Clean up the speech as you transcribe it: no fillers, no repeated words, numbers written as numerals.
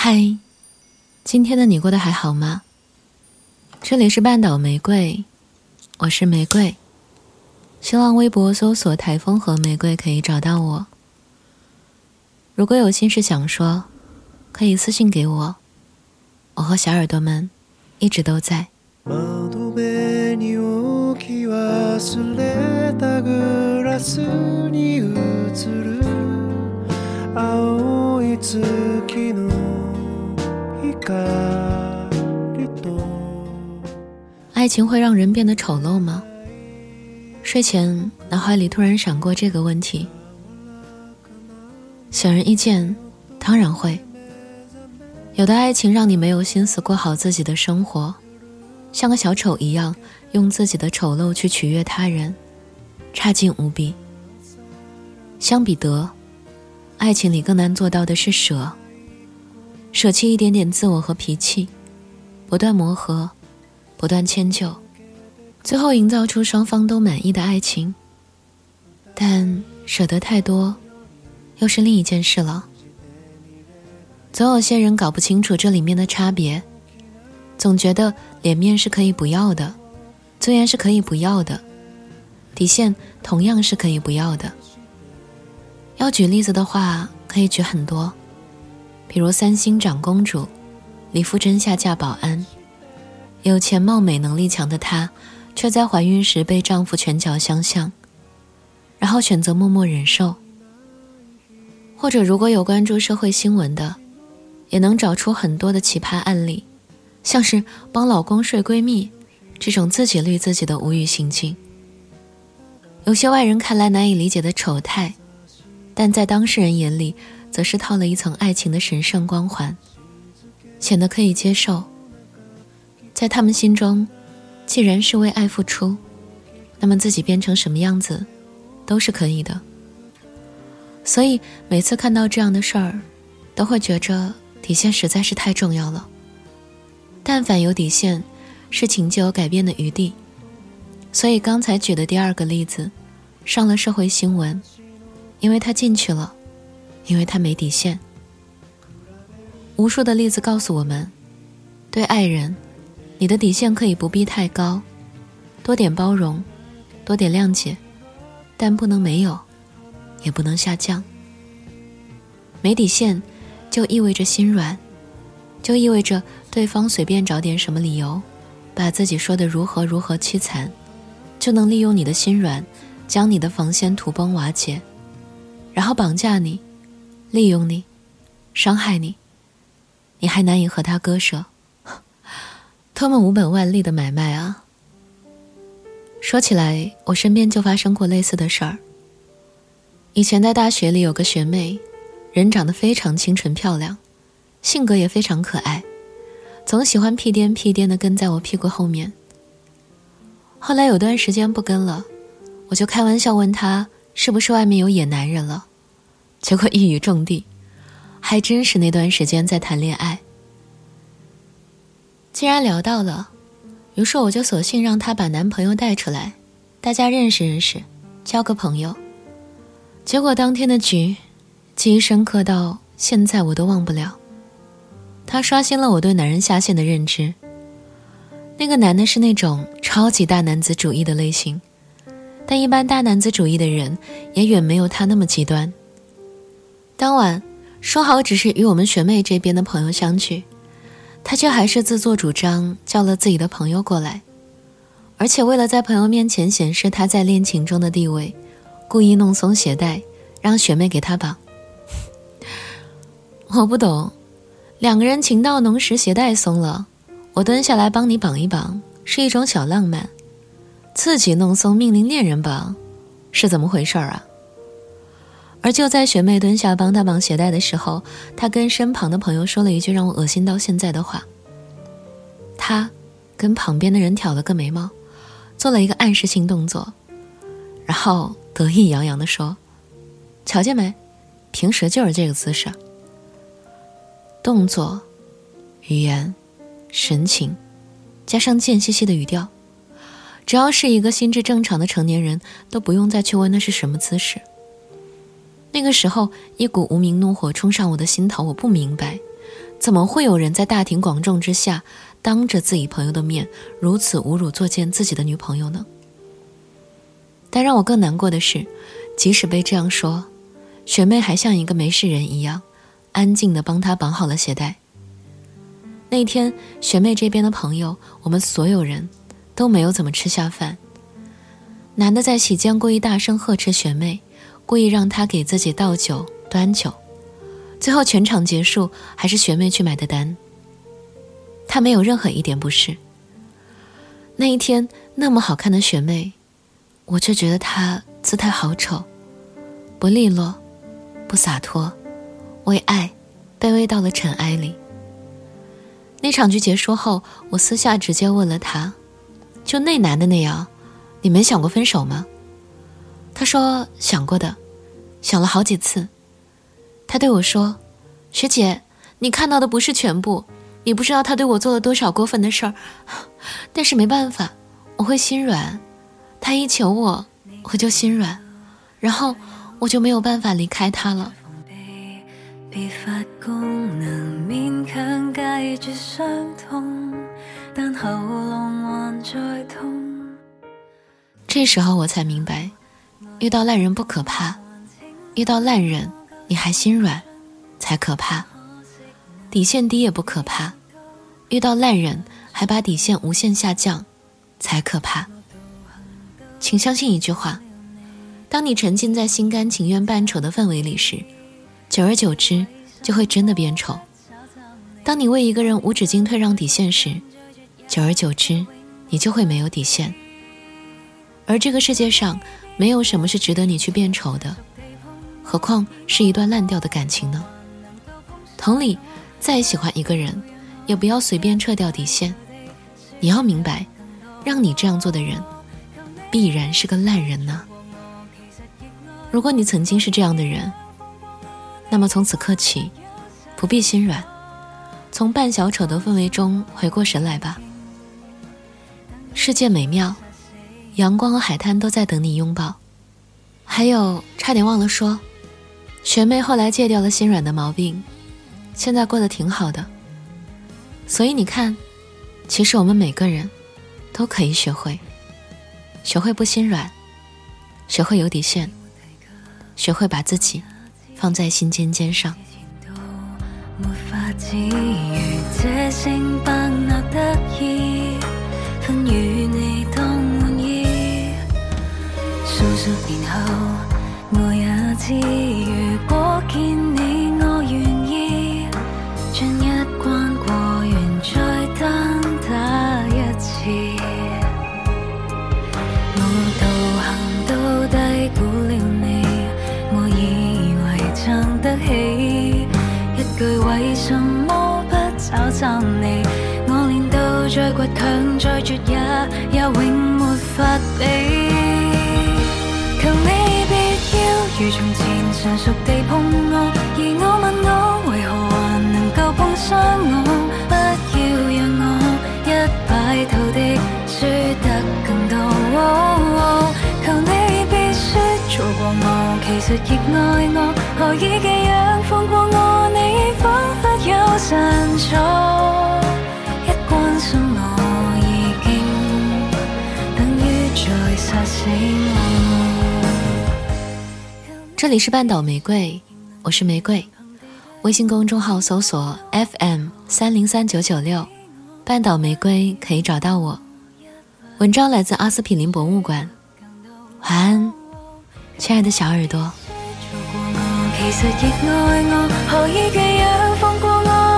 嗨，今天的你过得还好吗？这里是半岛玫瑰，我是玫瑰。新浪微博搜索台风和玫瑰可以找到我。如果有心事想说，可以私信给我，我和小耳朵们一直都在。 窓辺に置き忘れたグラスに映る青い月の光と。 爱情会让人变得丑陋吗？睡前脑海里突然闪过这个问题。显而易见，当然会。有的爱情让你没有心思过好自己的生活，像个小丑一样用自己的丑陋去取悦他人，差劲无比。相比得，爱情里更难做到的是舍弃一点点自我和脾气，不断磨合，不断迁就，最后营造出双方都满意的爱情。但舍得太多又是另一件事了。总有些人搞不清楚这里面的差别，总觉得脸面是可以不要的，尊严是可以不要的，底线同样是可以不要的。要举例子的话，可以举很多，比如三星长公主，李富真下嫁保安，有钱貌美能力强的她，却在怀孕时被丈夫拳脚相向，然后选择默默忍受。或者如果有关注社会新闻的，也能找出很多的奇葩案例，像是帮老公睡闺蜜这种自己绿自己的无语行径。有些外人看来难以理解的丑态，但在当事人眼里则是套了一层爱情的神圣光环，显得可以接受。在他们心中，既然是为爱付出，那么自己变成什么样子都是可以的。所以每次看到这样的事儿，都会觉着底线实在是太重要了。但凡有底线，事情就有改变的余地。所以刚才举的第二个例子，上了社会新闻，因为他进去了，因为他没底线。无数的例子告诉我们，对爱人，你的底线可以不必太高，多点包容，多点谅解，但不能没有，也不能下降。没底线就意味着心软，就意味着对方随便找点什么理由，把自己说得如何凄惨，就能利用你的心软，将你的防线土崩瓦解，然后绑架你，利用你，伤害你，你还难以和他割舍。多么无本万利的买卖啊！说起来，我身边就发生过类似的事儿。以前在大学里有个学妹，人长得非常清纯漂亮，性格也非常可爱，总喜欢屁颠地跟在我屁股后面。后来有段时间不跟了，我就开玩笑问她是不是外面有野男人了，结果一语中的，还真是那段时间在谈恋爱。既然聊到了，于是我就索性让她把男朋友带出来，大家认识认识，交个朋友。结果当天的局记忆深刻到现在我都忘不了。他刷新了我对男人下限的认知。那个男的是那种超级大男子主义的类型，但一般大男子主义的人也远没有他那么极端。当晚说好只是与我们学妹这边的朋友相聚，他却还是自作主张叫了自己的朋友过来，而且为了在朋友面前显示他在恋情中的地位，故意弄松鞋带，让学妹给他绑。我不懂，两个人情到浓时鞋带松了，我蹲下来帮你绑一绑是一种小浪漫，自己弄松命令恋人绑是怎么回事啊？而就在学妹蹲下帮他绑鞋带的时候，他跟身旁的朋友说了一句让我恶心到现在的话。他跟旁边的人挑了个眉毛，做了一个暗示性动作，然后得意洋洋地说，瞧见没，平时就是这个姿势。动作、语言、神情，加上贱兮兮的语调，只要是一个心智正常的成年人，都不用再去问那是什么姿势。那个时候，一股无名怒火冲上我的心头，我不明白， 怎么会有人在大庭广众之下，当着自己朋友的面如此侮辱作践自己的女朋友呢？但让我更难过的是，即使被这样说，学妹还像一个没事人一样，安静地帮她绑好了鞋带。那天学妹这边的朋友，我们所有人都没有怎么吃下饭。男的在席间故意大声呵斥学妹，故意让她给自己倒酒端酒，最后全场结束还是学妹去买的单。她没有任何一点不适。那一天那么好看的学妹，我却觉得她姿态好丑，不利落，不洒脱，为爱卑微到了尘埃里。那场局结束后，我私下直接问了她，就那男的那样，你没想过分手吗？她说想过的，想了好几次。她对我说，学姐，你看到的不是全部，你不知道他对我做了多少过分的事儿，但是没办法，我会心软，他一求我，我就心软，然后我就没有办法离开他了。 别发功能勉强戒絕傷痛，但喉嚨還在痛。 這時候我才明白，遇到爛人不可怕，遇到爛人你還心軟才可怕。底線低也不可怕，遇到爛人還把底線無限下降才可怕。請相信一句話，當你沉浸在心甘情願扮醜的氛圍裡時，久而久之就會真的變醜。當你為一個人無止境退讓底線時，久而久之你就會沒有底線。而這個世界上沒有什麼是值得你去變醜的，何況是一段爛掉的感情呢？同理，再喜歡一個人，也不要隨便撤掉底線。你要明白，讓你這樣做的人，必然是個爛人呢。如果你曾經是這樣的人，那麼從此刻起，不必心軟，從扮小丑的氛圍中回過神來吧。世界美妙，陽光和海灘都在等你擁抱。還有，差點忘了說，學妹後來戒掉了心軟的毛病，現在過得挺好的。所以你看，其實我們每個人都可以學會不心軟，學會有底線，學會把自己放在心尖尖上。 沒法子如這聲白納得意，分與你當玩意。數十年後我也知，如果見你我願意，將一關過完再單打一次。我道行都低估了你，我以為撐得起一句為什麼不找找你，我練到再倔強再絕也永沒法比。求你別要如從前常熟地碰我，而我問我為何還能夠碰傷我，不要讓我一敗塗地輸得更多。求你別說做過我其實亦愛我，何以寄養放過我，你彷彿有神助，一關心我已經等於在殺死我。 這裡是半島玫瑰，我是玫瑰。微信公眾號搜索 FM303996，半島玫瑰可以找到我。文章來自阿司匹林博物館。晚安，親愛的小耳朵。 其實亦愛我，何以寄養放過我。